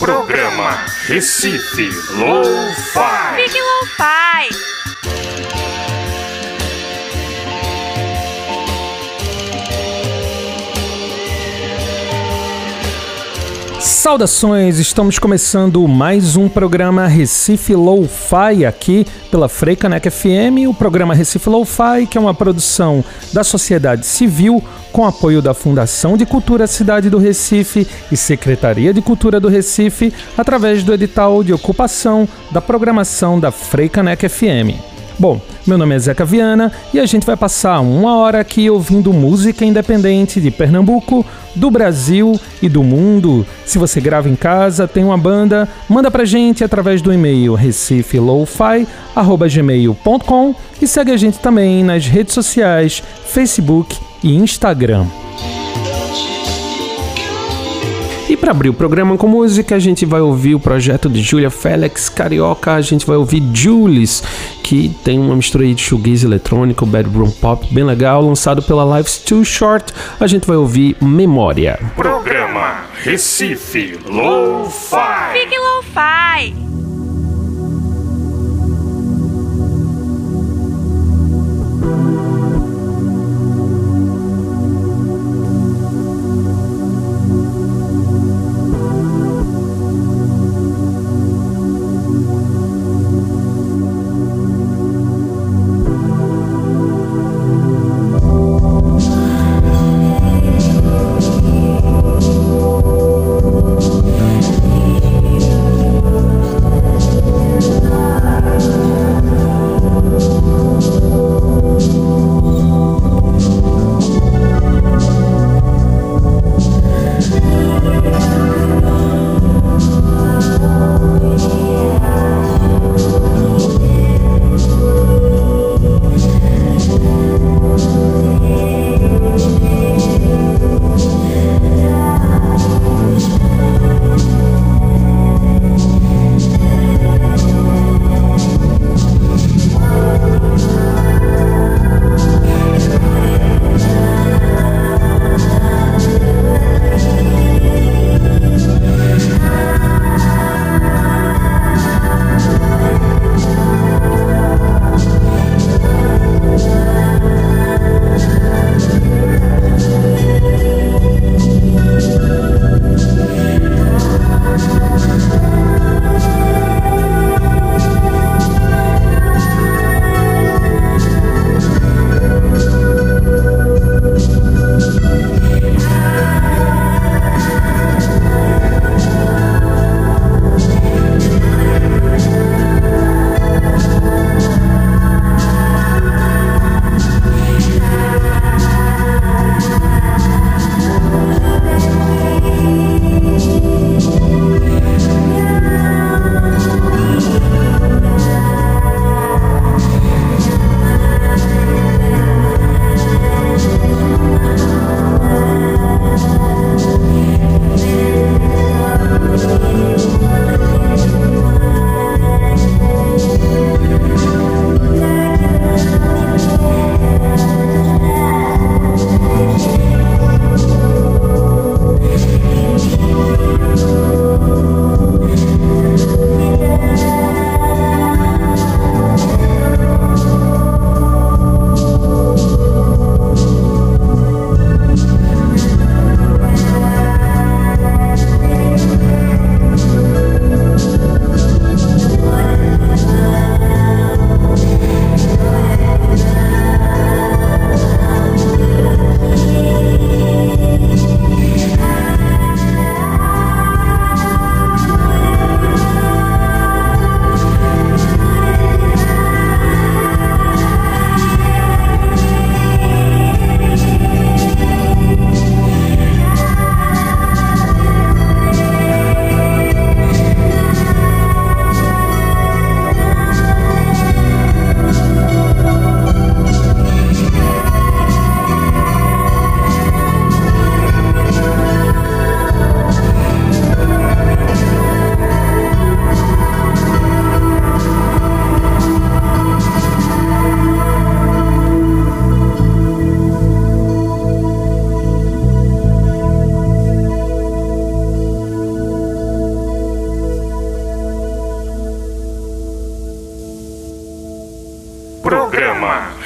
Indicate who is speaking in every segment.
Speaker 1: Programa Recife Lo-Fi.
Speaker 2: Fique Lo-Fi.
Speaker 3: Saudações, estamos começando mais um programa Recife Lo-Fi aqui pela Freicaneca FM, o programa Recife Lo-Fi, que é uma produção da sociedade civil com apoio da Fundação de Cultura Cidade do Recife e Secretaria de Cultura do Recife, através do edital de ocupação da programação da Freicaneca FM. Bom, meu nome é Zeca Viana e a gente vai passar uma hora aqui ouvindo música independente de Pernambuco, do Brasil e do mundo. Se você grava em casa, tem uma banda, manda pra gente através do e-mail recifelofi@gmail.com e segue a gente também nas redes sociais, Facebook e Instagram. E para abrir o programa com música, a gente vai ouvir o projeto de Julia Felix, Carioca. A gente vai ouvir Julius, que tem uma mistura aí de shoegaze eletrônico, bedroom pop, bem legal, lançado pela Life's Too Short. A gente vai ouvir Memória.
Speaker 1: Programa Recife Lo-Fi.
Speaker 2: Fique Lo-Fi.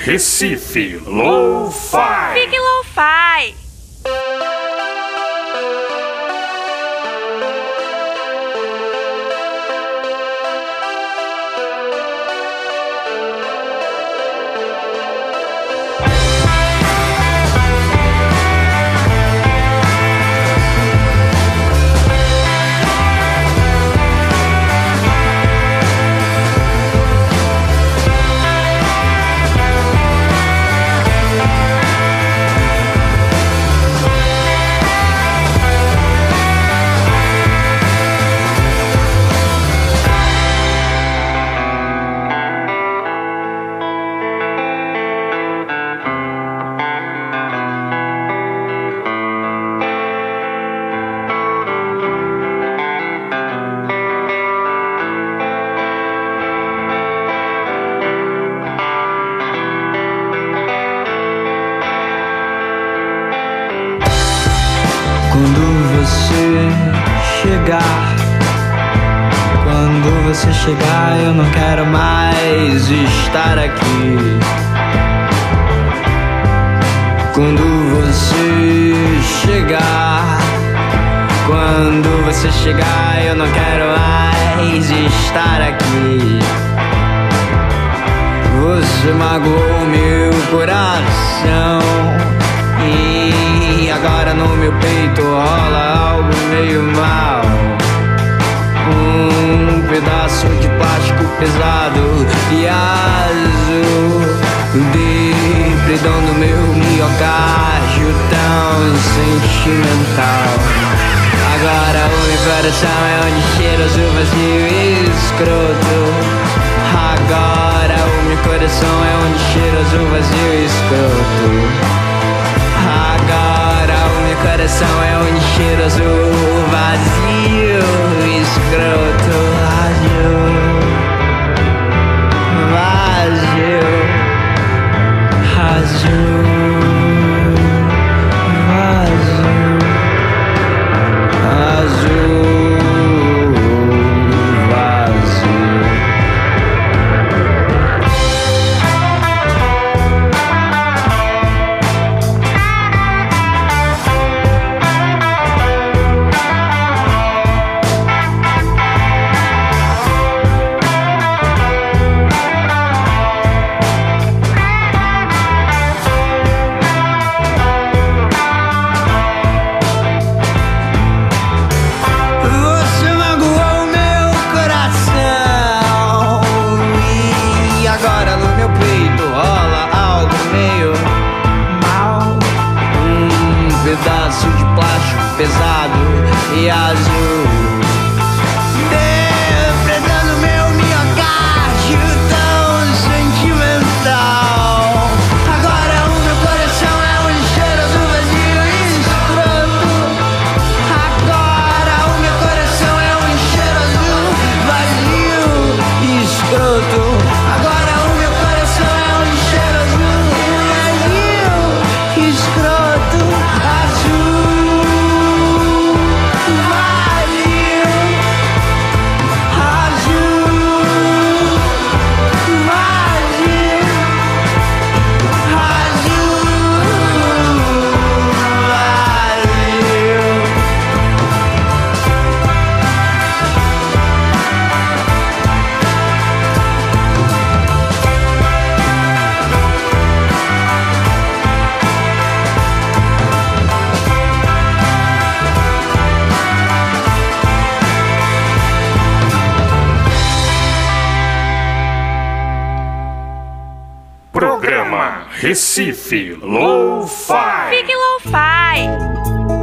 Speaker 1: Recife Lo-Fi.
Speaker 2: Fique Lo-Fi.
Speaker 4: Quando você chegar, eu não quero mais estar aqui. Quando você chegar, quando você chegar, eu não quero mais estar aqui. Você magoou meu coração e agora no meu peito rola algo meio mal. Um pedaço de plástico pesado e azul, depredando meu miocárdio tão sentimental. Agora o meu coração é onde cheira o vazio e escroto. Agora o meu coração é onde cheira o vazio e escroto. Agora o meu coração é onde cheira o vazio e escroto. Vazio, vazio, vazio, vazio. Pesado e azul, depredando meu miocárdio tão sentimental. Agora o meu coração é onde cheira do vazio e escroto. Agora o meu coração é onde cheira do vazio e escroto. Agora o meu coração é onde cheira do vazio e escroto. Azul.
Speaker 1: Programa Recife Lo-Fi.
Speaker 2: Fique Lo-Fi.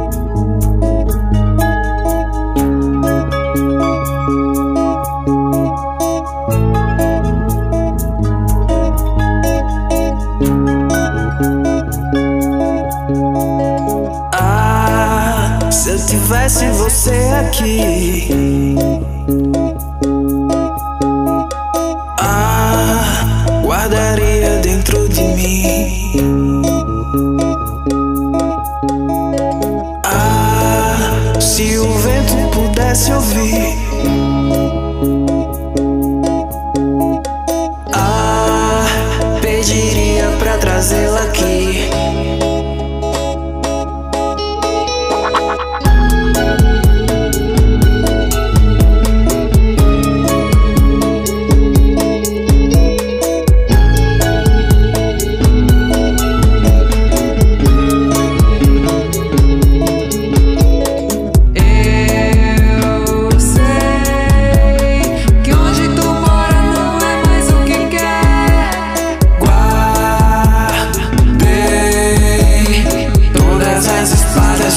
Speaker 4: Se eu tivesse você aqui, guardaria dentro de mim. Se o vento pudesse ouvir, pediria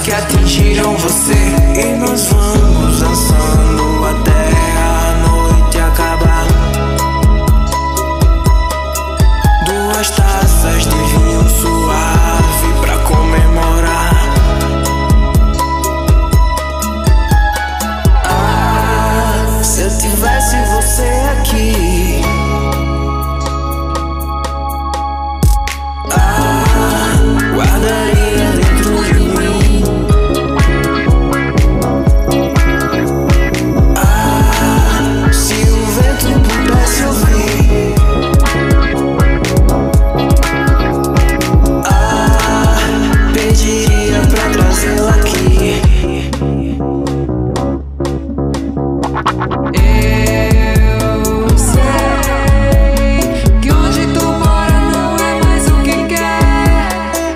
Speaker 4: que atingiram você. E nós vamos dançando até a noite acabar. Duas taças de vinho suave pra comemorar. Ah, se eu tivesse você aqui. Ah, guardaria dentro de mim. Ah, se o vento pudesse ouvir. Ah, pediria pra trazê-la aqui. Eu sei que onde tu mora não é mais o que quer.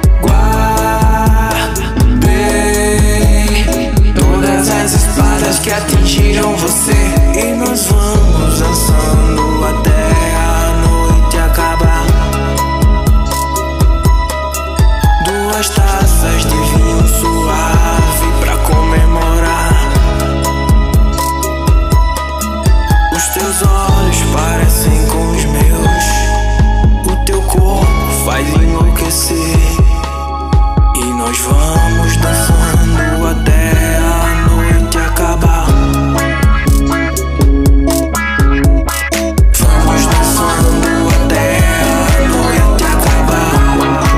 Speaker 4: Guardei todas as espadas que atingiram você. E nós vamos dançando até a noite acabar. Duas taças de vinho suave pra comemorar. Os teus olhos parecem com os meus. O teu corpo faz enlouquecer. E nós vamos dançando até a noite acabar. Vamos dançando até a noite acabar.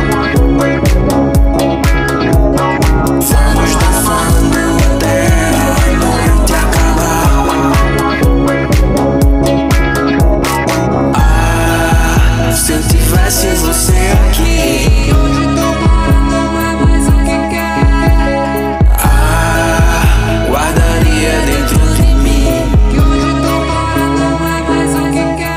Speaker 4: Vamos dançando até a noite acabar. Ah, se eu tivesse você aqui. Onde tu mora não é mais o que quer. Ah, guardaria dentro de mim. Que onde tu mora não é mais o que quer.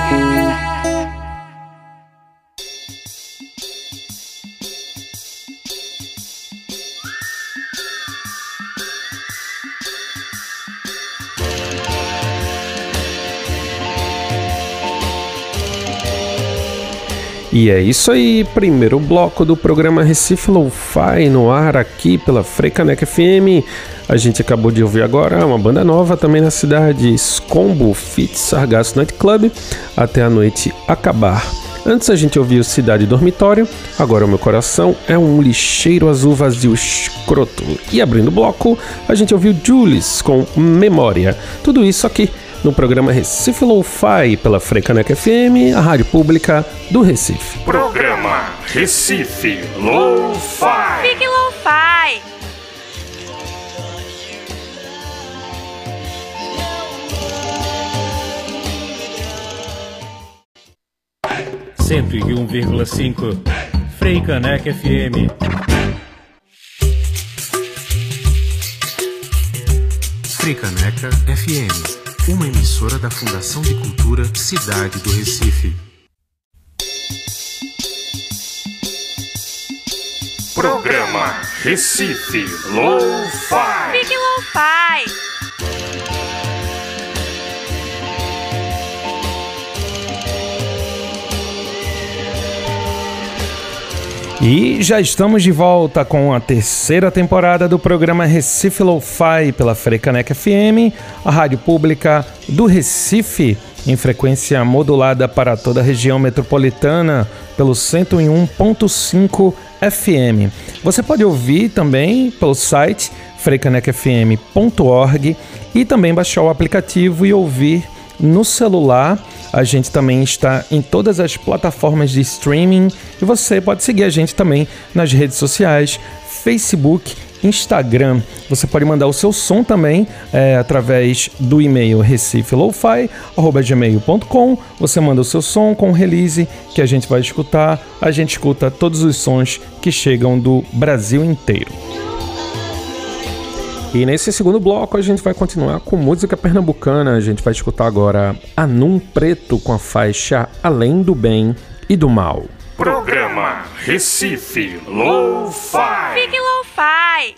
Speaker 3: E é isso aí, primeiro bloco do programa Recife Lo-Fi no ar aqui pela Freicaneca FM. A gente acabou de ouvir agora uma banda nova também na cidade, Scombo feat. Sargasso Night Club, Até a Noite Acabar. Antes a gente ouviu Cidade Dormitório, Agora o Meu Coração é um Lixeiro Azul Vazio Escroto. E abrindo o bloco, a gente ouviu Jules com Memória. Tudo isso aqui no programa Recife Lo-Fi pela Freicaneca FM, a rádio pública do Recife.
Speaker 1: Programa Recife Lo-Fi.
Speaker 2: Fique Lo-Fi.
Speaker 5: Cento e 1,5 Freicaneca FM.
Speaker 6: Freicaneca FM, uma emissora da Fundação de Cultura Cidade do Recife.
Speaker 1: Programa Recife Lo-Fi.
Speaker 2: Fique Lo-Fi.
Speaker 3: E já estamos de volta com a terceira temporada do programa Recife Lo-Fi pela Freicaneca FM, a rádio pública do Recife, em frequência modulada para toda a região metropolitana pelo 101.5 FM. Você pode ouvir também pelo site freicanecafm.org e também baixar o aplicativo e ouvir no celular. A gente também está em todas as plataformas de streaming e você pode seguir a gente também nas redes sociais, Facebook, Instagram. Você pode mandar o seu som também através do e-mail recifelofi@gmail.com. Você manda o seu som com release que a gente vai escutar. A gente escuta todos os sons que chegam do Brasil inteiro. E nesse segundo bloco a gente vai continuar com música pernambucana. A gente vai escutar agora Anum Preto com a faixa Além do Bem e do Mal.
Speaker 1: Programa Recife Lo-Fi.
Speaker 2: Fique Lo-Fi.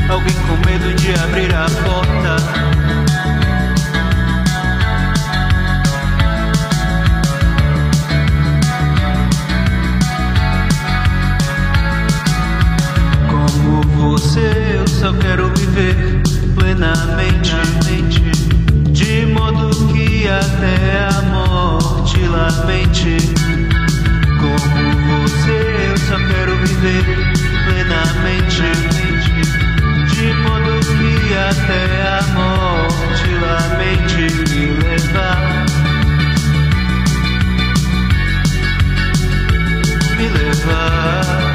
Speaker 7: alguém com medo de abrir a porta. Como você, eu só quero viver plenamente, de modo que até a morte lamente. Como você, eu só quero viver plenamente, de modo que até a morte lamente me levar, me levar.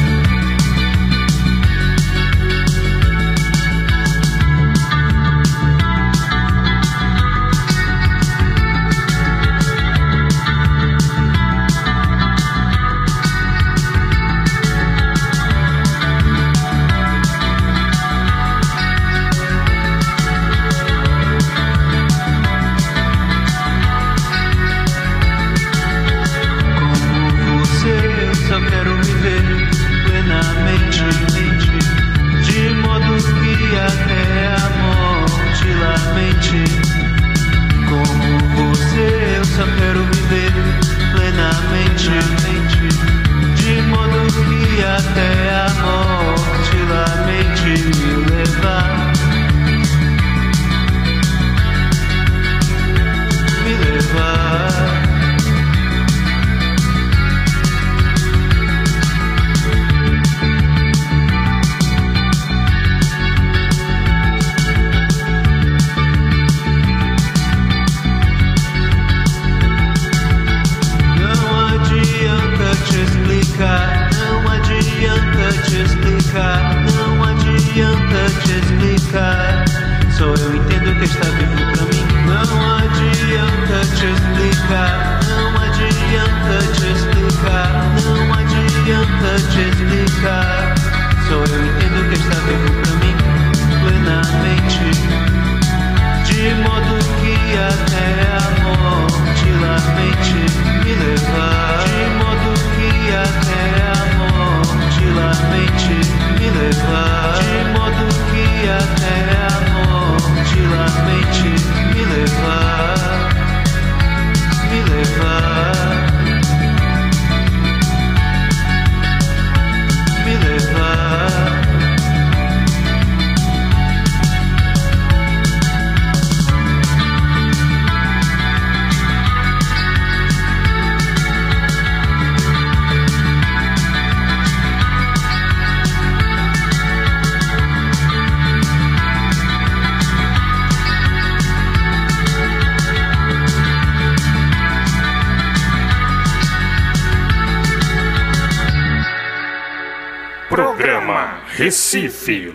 Speaker 1: Programa Recife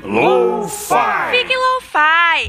Speaker 1: Lo-Fi.
Speaker 2: Fique Lo-Fi.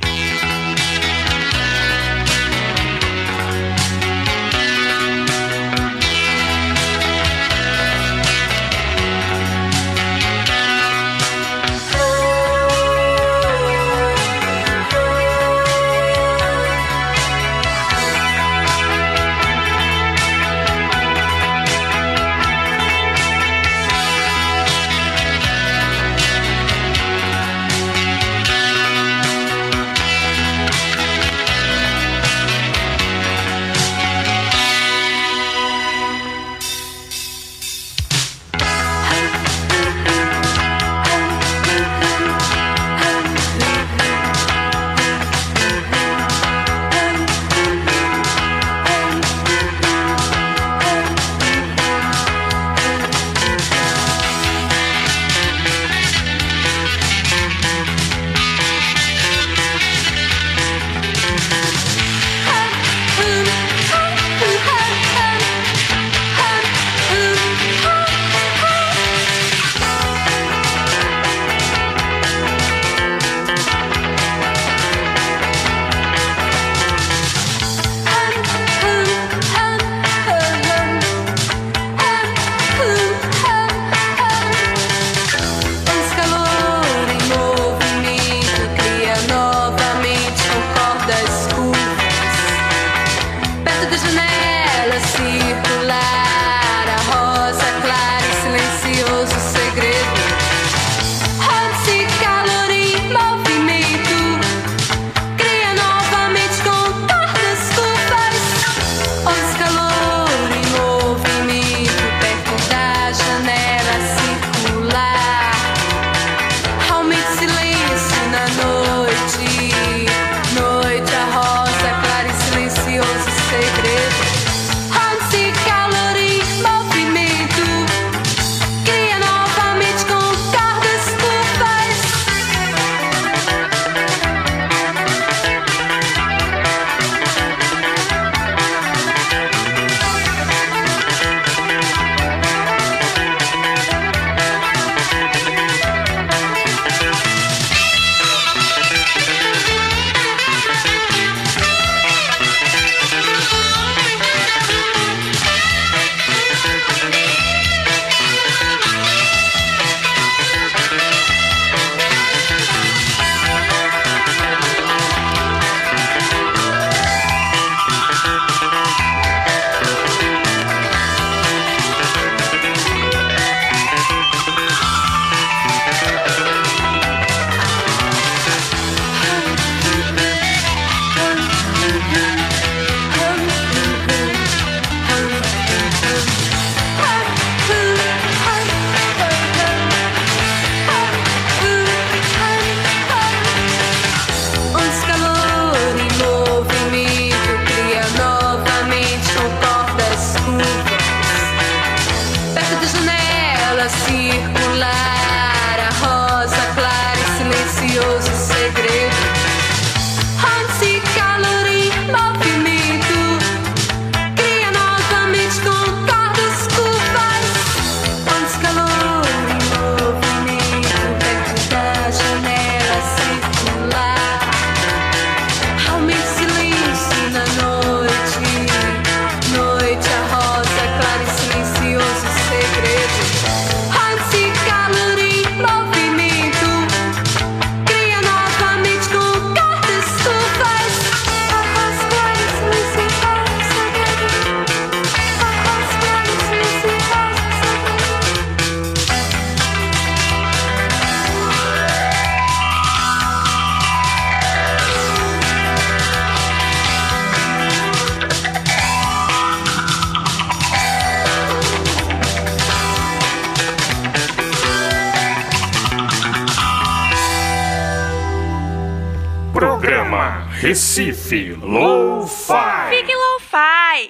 Speaker 1: Programa Recife Lo-Fi.
Speaker 2: Fique Lo-Fi.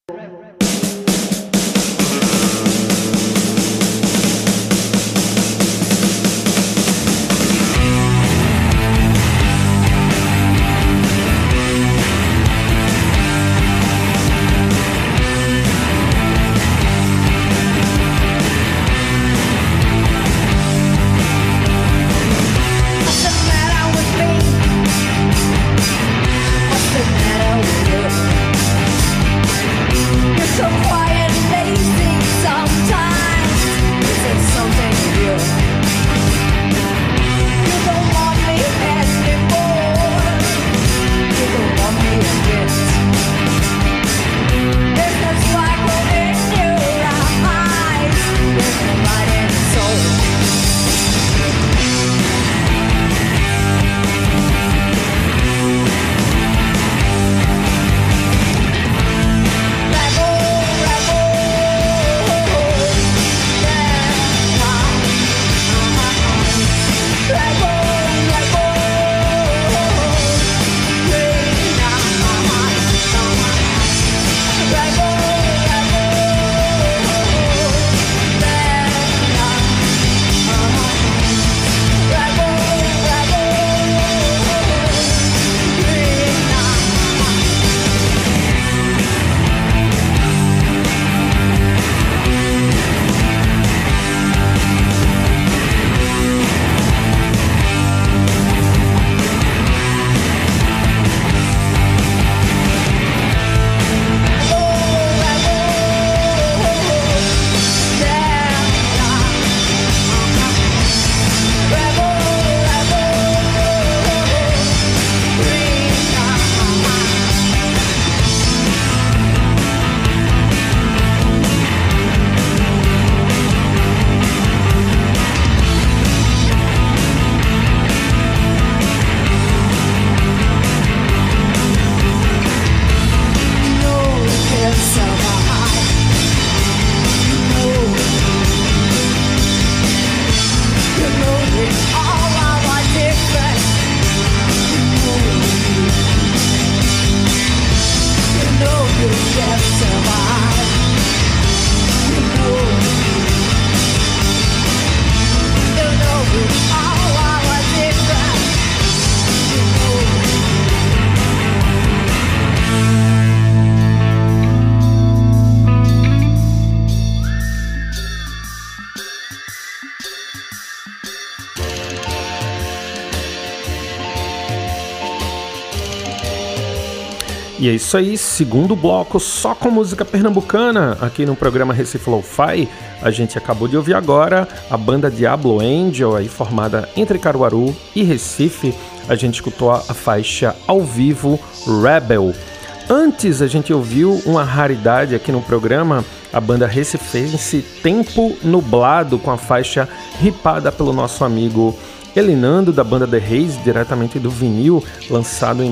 Speaker 3: E é isso aí, segundo bloco só com música pernambucana aqui no programa Recife Lo-Fi. A gente acabou de ouvir agora a banda Diablo Angel, aí formada entre Caruaru e Recife. A gente escutou a faixa ao vivo Rebel. Antes a gente ouviu uma raridade aqui no programa, a banda recifense Tempo Nublado, com a faixa ripada pelo nosso amigo Elinando, da banda The Haze, diretamente do vinil, lançado em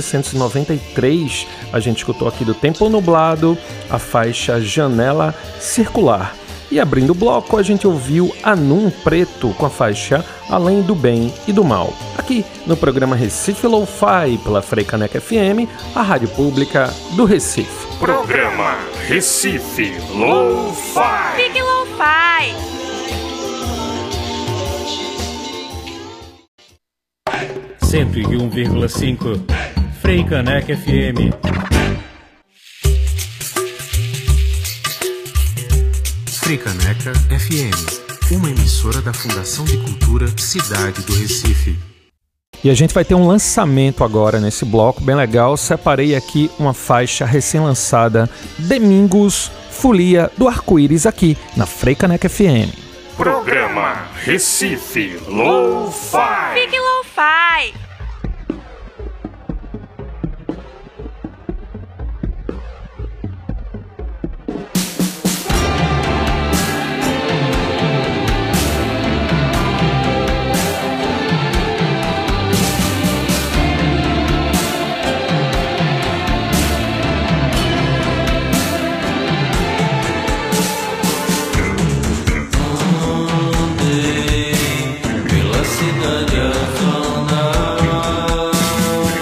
Speaker 3: 1993. A gente escutou aqui do Tempo Nublado a faixa Janela Circular. E abrindo o bloco, a gente ouviu Anum Preto com a faixa Além do Bem e do Mal. Aqui no programa Recife Lo-Fi, pela Freicaneca FM, a rádio pública do Recife.
Speaker 1: Programa Recife Lo-Fi.
Speaker 2: Fique Lo-Fi.
Speaker 5: 101,5 Freicaneca FM.
Speaker 6: Freicaneca FM, uma emissora da Fundação de Cultura Cidade do Recife.
Speaker 3: E a gente vai ter um lançamento agora nesse bloco, bem legal. Separei aqui uma faixa recém-lançada, Domingos, Folia do Arco-Íris, aqui na Freicaneca FM.
Speaker 1: Programa Recife Lo-Fi.
Speaker 2: Fique Lo-Fi.
Speaker 7: Pela cidade afana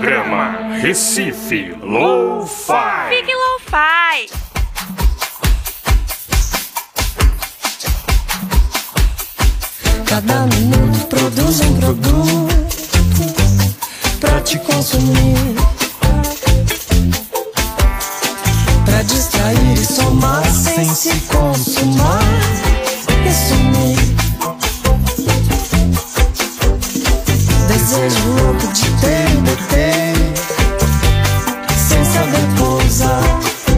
Speaker 1: Programa Recife Lo-Fi.
Speaker 2: Fique Lo-Fi.
Speaker 8: Cada minuto produz um produto pra te consumir, pra distrair e somar sem se consumar e sumir. Desejo louco de ter e beber sem saber pousar,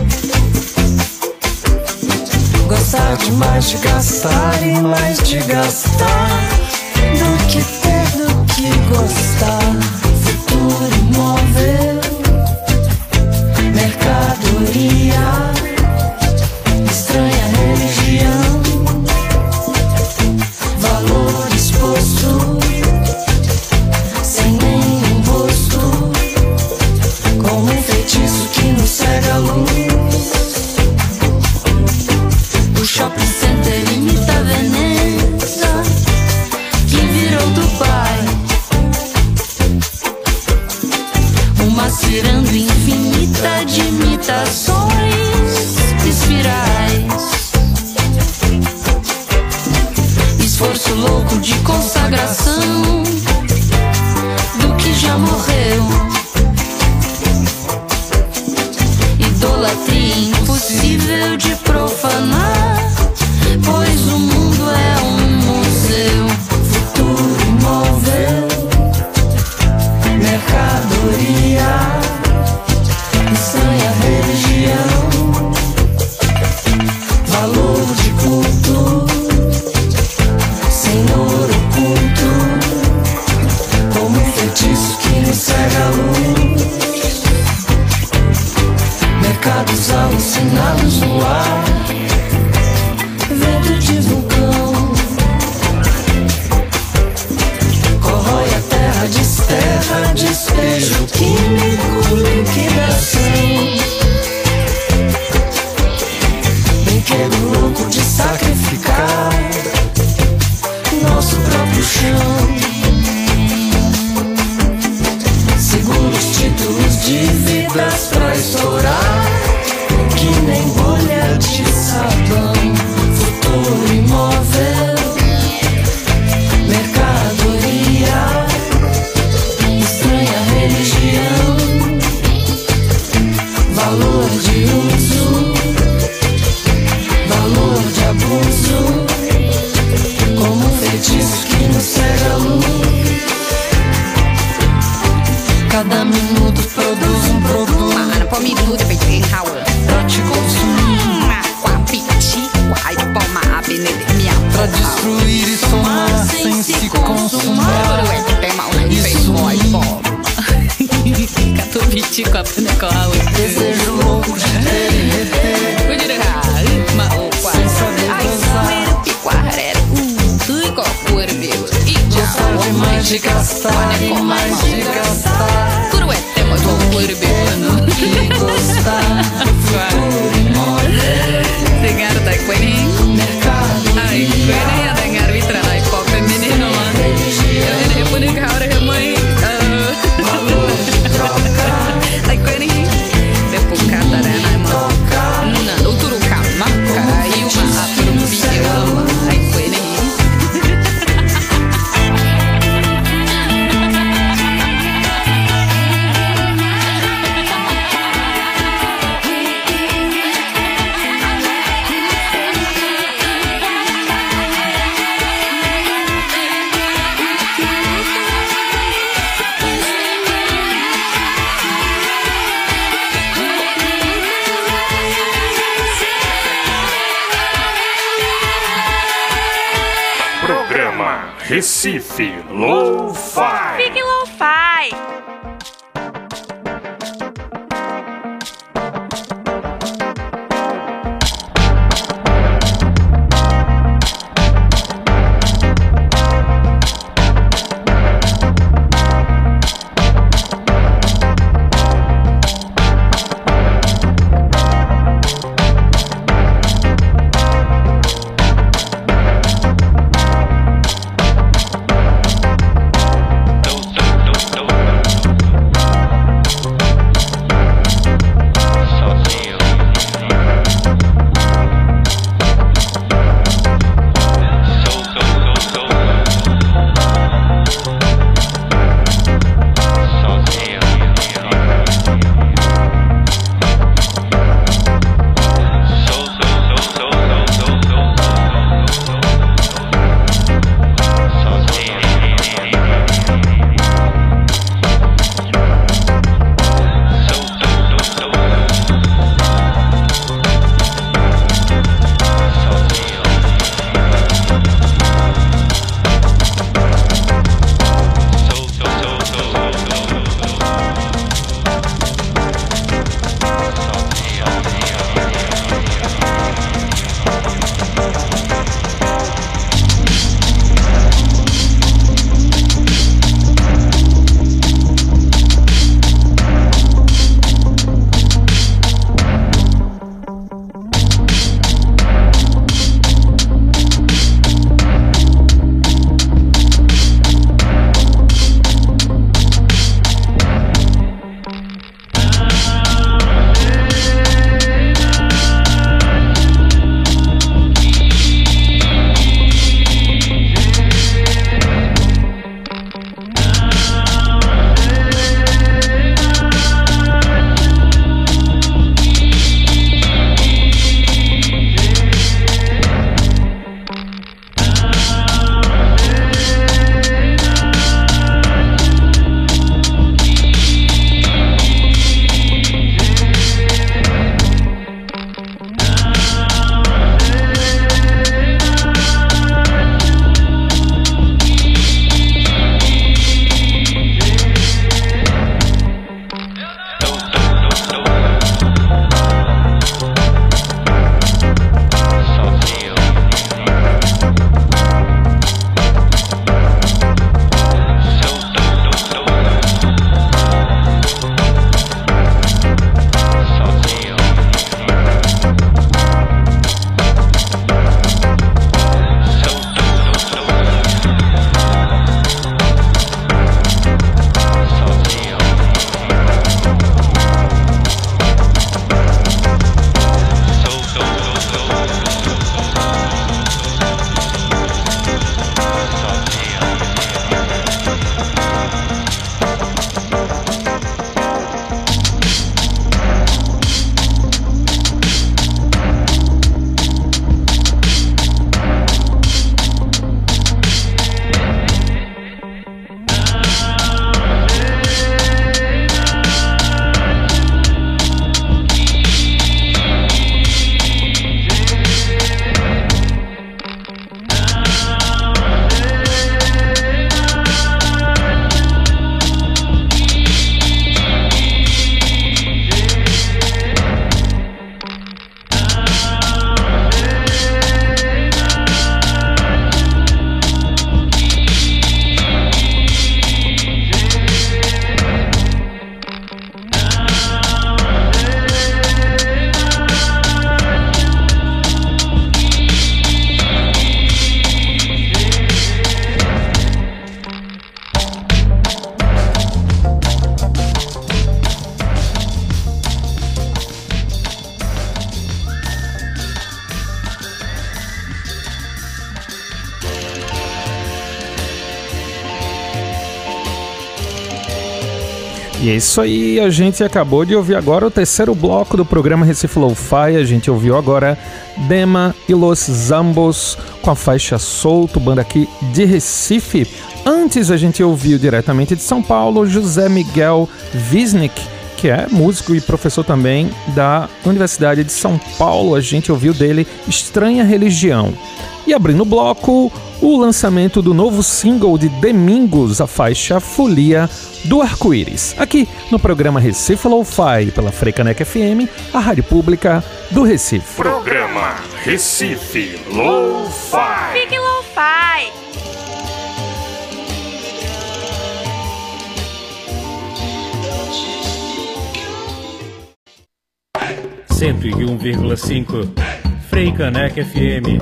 Speaker 8: gostar demais de gastar e mais de gastar do que ter, do que gostar. Futuro imóvel, mercadoria, estranha religião, valor exposto, sem nenhum rosto, como um feitiço que nos cega a luz. O shopping center imita Veneza, que virou Dubai, uma ciranda infinita de imitações espirais, esforço louco de consagração do que já morreu, idolatria impossível de profanar, pois o mundo é um museu. Futuro imóvel, mercadoria, estranha religião, valor de culto, senhor oculto, como um feitiço que nos cega a luz. Mercados alucinados no ar, vento de vulcão, corrói a terra, desterra, despejo químico, liquidação, brinquedo louco de sacrificar nosso próprio chão, segundo os títulos de vidas pra estourar, que nem bolha de sabão. Futuro imóvel, mercadoria, estranha religião, valor de uso, valor de abuso, como um feitiço que nos cega a luz. Cada minuto produz um produto pra te consumir, pra destruir e somar sem se consumar. Desejo louco de ter e reter sem saber gostar demais de gastar e mais de gastar do que gostar. Futuro imóvel, valor de troca,
Speaker 1: Recife Lo-Fi.
Speaker 2: Fique Lo-Fi.
Speaker 3: E é isso aí, a gente acabou de ouvir agora o terceiro bloco do programa Recife Lo-Fi. A gente ouviu agora Dema e Los Zambos com a faixa Solto, banda aqui de Recife. Antes a gente ouviu diretamente de São Paulo José Miguel Wisnik, que é músico e professor também da Universidade de São Paulo. A gente ouviu dele Estranha Religião. E abrindo o bloco, o lançamento do novo single de Domingos, a faixa Folia do Arco-Íris, aqui no programa Recife Lo-Fi, pela Freicaneca FM, a rádio pública do Recife.
Speaker 1: Programa Recife Lo-Fi.
Speaker 2: Fique Lo-Fi.
Speaker 5: Cento e 1,5 Freicaneca FM.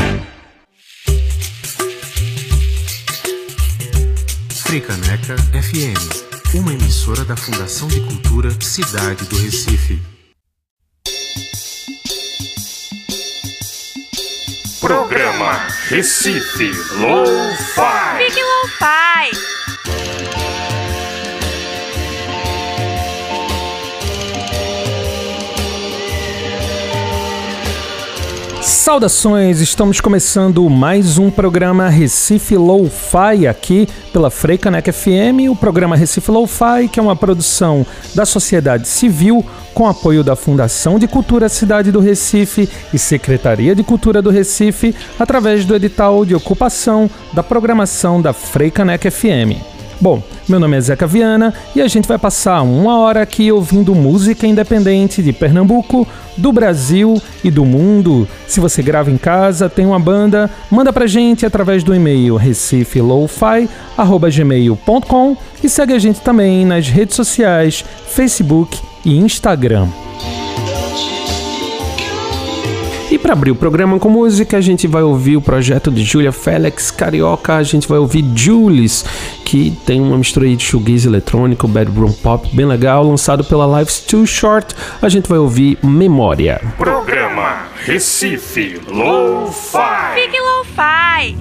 Speaker 6: Freicaneca FM, uma emissora da Fundação de Cultura Cidade do Recife.
Speaker 1: Programa Recife Lo-Fi.
Speaker 2: Fique Lo-Fi.
Speaker 3: Saudações, estamos começando mais um programa Recife Lo-Fi aqui pela Freicaneca FM, o programa Recife Lo-Fi, que é uma produção da sociedade civil com apoio da Fundação de Cultura Cidade do Recife e Secretaria de Cultura do Recife, através do edital de ocupação da programação da Freicaneca FM. Bom, meu nome é Zeca Viana e a gente vai passar uma hora aqui ouvindo música independente de Pernambuco, do Brasil e do mundo. Se você grava em casa, tem uma banda, manda pra gente através do e-mail recifelofi@gmail.com e segue a gente também nas redes sociais, Facebook e Instagram. E para abrir o programa com música, a gente vai ouvir o projeto de Julia Felix, Carioca. A gente vai ouvir Julius, que tem uma mistura aí de shoegaze eletrônico, bedroom pop, bem legal, lançado pela Life's Too Short. A gente vai ouvir Memória.
Speaker 1: Programa Recife Lo-Fi.
Speaker 2: Fique Lo-Fi.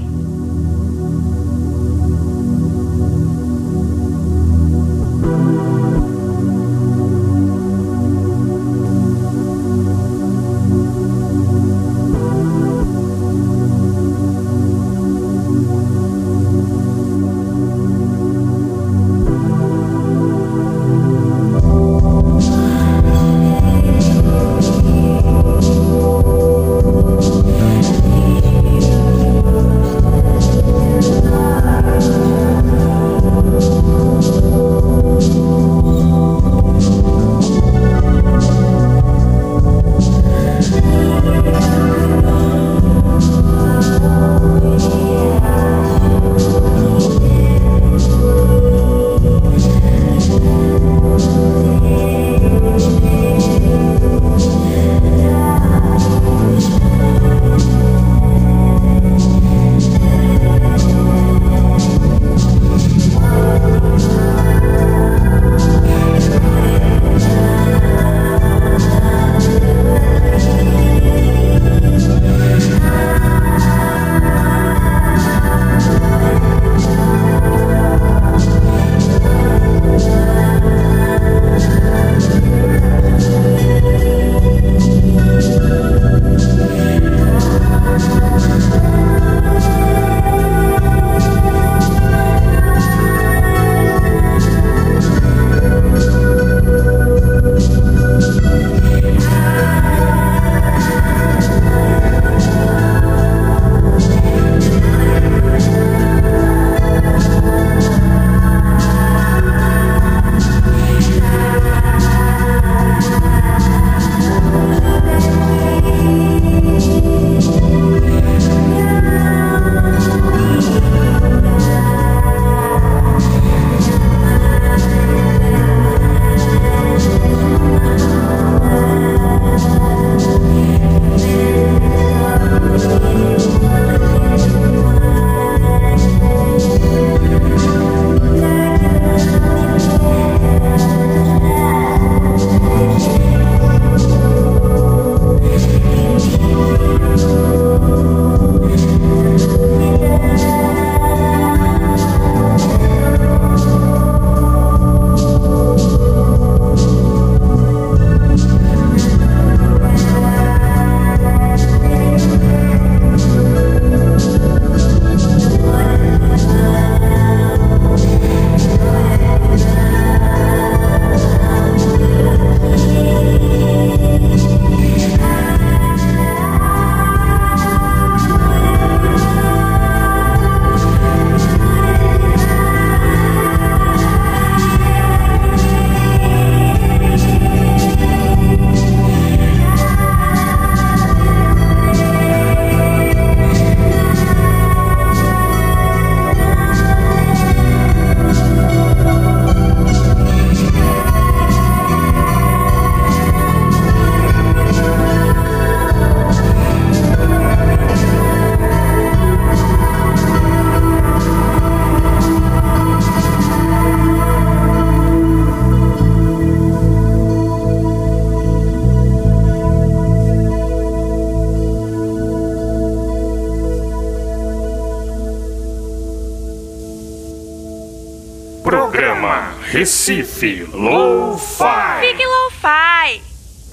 Speaker 1: Recife Lo-Fi.
Speaker 2: Fique Lo-Fi.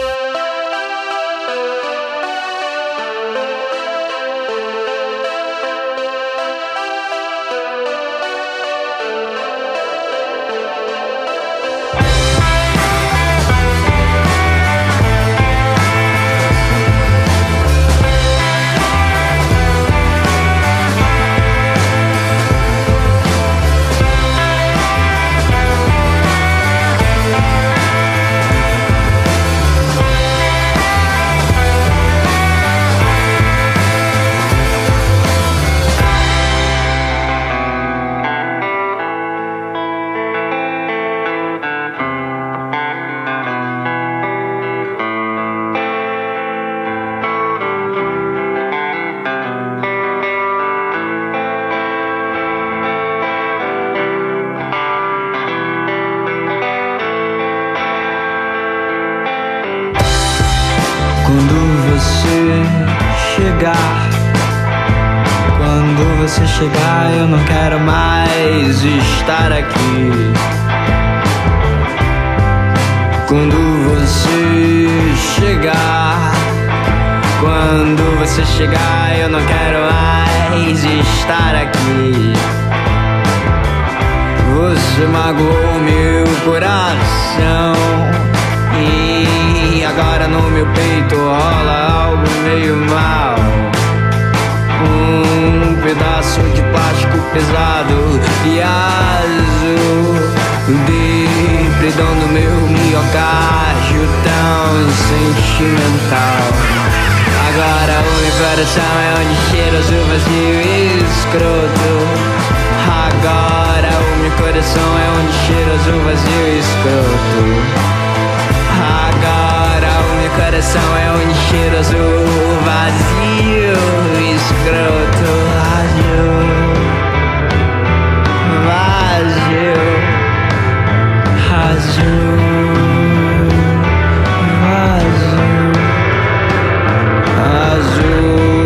Speaker 4: Quando você chegar, eu não quero mais estar aqui. Quando você chegar, quando você chegar, eu não quero mais estar aqui. Você magoou meu coração e agora no meu peito rola algo meio mal. Um pedaço de plástico pesado e azul, depredando meu miocárdio tão sentimental. Agora o meu coração é onde cheira azul, vazio e escroto. Agora o meu coração é onde cheira azul, vazio e escroto. Agora o meu coração é onde cheira azul, vazio e escroto. Vazio, vazio, vazio, azul,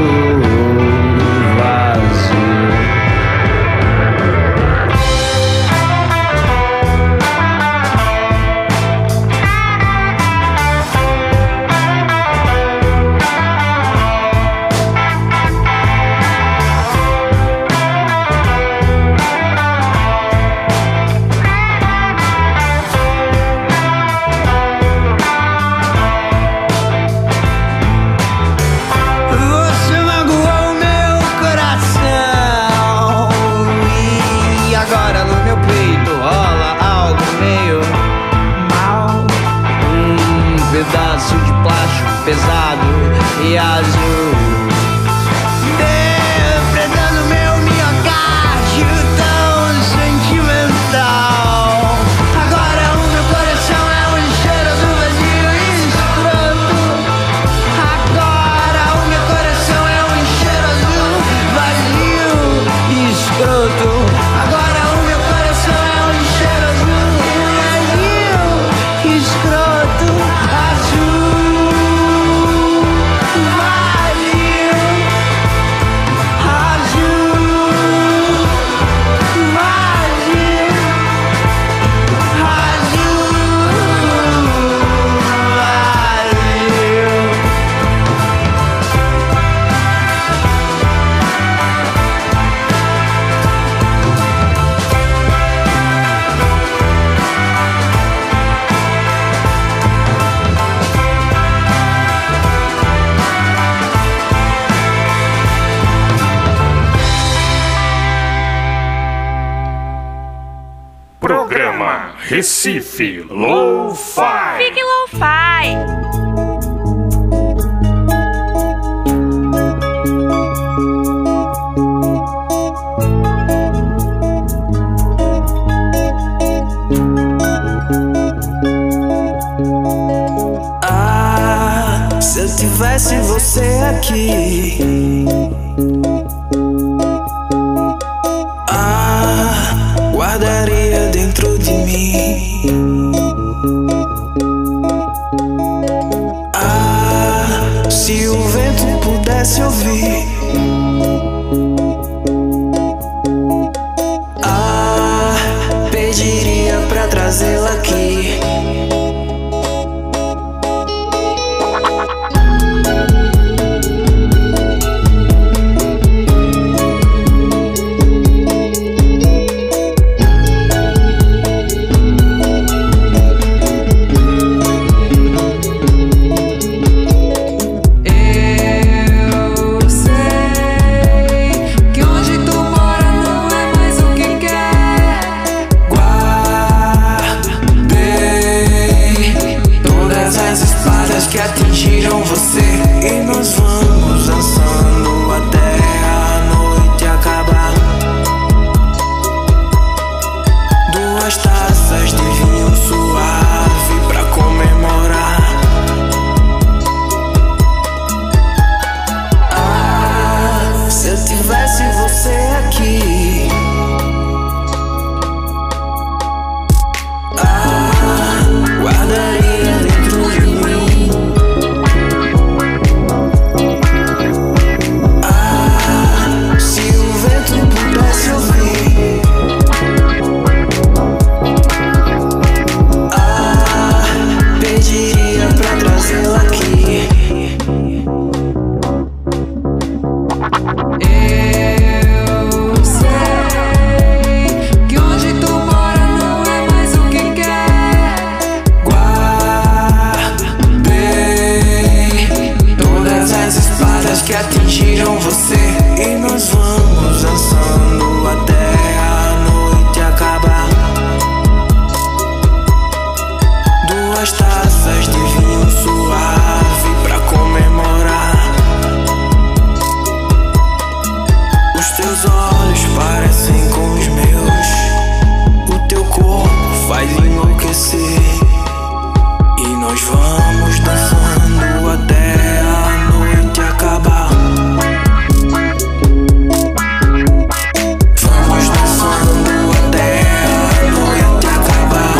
Speaker 4: pesado e azul, depredando meu miocárdio tão sentimental. Agora o meu coração é um cheiro azul, vazio e escroto. Agora o meu coração é um cheiro azul, vazio e escroto. Agora o meu coração é um cheiro azul, vazio e escroto. Azul.
Speaker 1: Programa Recife Lo-Fi.
Speaker 2: Fique Lo-Fi.
Speaker 8: Se eu tivesse você aqui, guardaria dentro de mim. Se o vento pudesse ouvir, pediria pra trazê-la aqui. Que atingiram você, e nós vamos dançando até a noite acabar. Duas taças de vinho suave pra comemorar. Ah, se eu tivesse você aqui. Ah, guardaria dentro de mim. Que atingiram você, e nós vamos dançando até a noite acabar. Duas taças de vinho suave pra comemorar. Os teus olhos parecem com os meus, o teu corpo faz enlouquecer, e nós vamos dançando até a noite acabar. Vamos dançando até a noite acabar.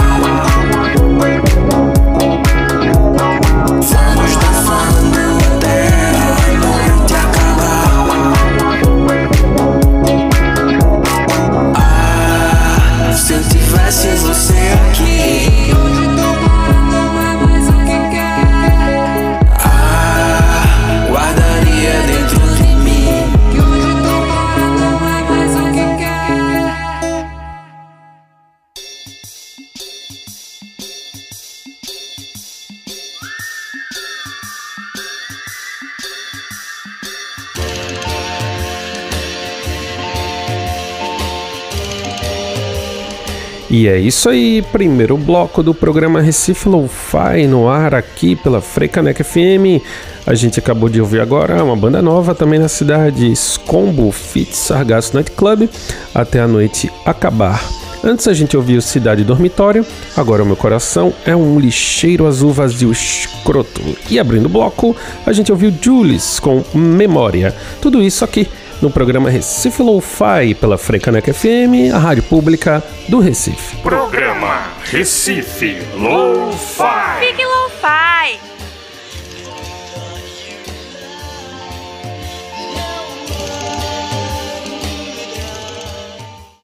Speaker 8: Vamos dançando até a noite acabar. Ah, se eu tivesse você aqui.
Speaker 3: E é isso aí, primeiro bloco do programa Recife Lo-Fi no ar aqui pela Freicaneca FM. A gente acabou de ouvir agora uma banda nova também na cidade, Scombo feat. Sargasso Night Club, Até a Noite Acabar. Antes a gente ouviu Cidade Dormitório, Agora o Meu Coração é um Lixeiro Azul Vazio Escroto. E abrindo o bloco, a gente ouviu Jules com Memória. Tudo isso aqui no programa Recife Lo-Fi pela Freicaneca FM, a rádio pública do Recife.
Speaker 1: Programa Recife Lo-Fi.
Speaker 2: Fique Lo-Fi.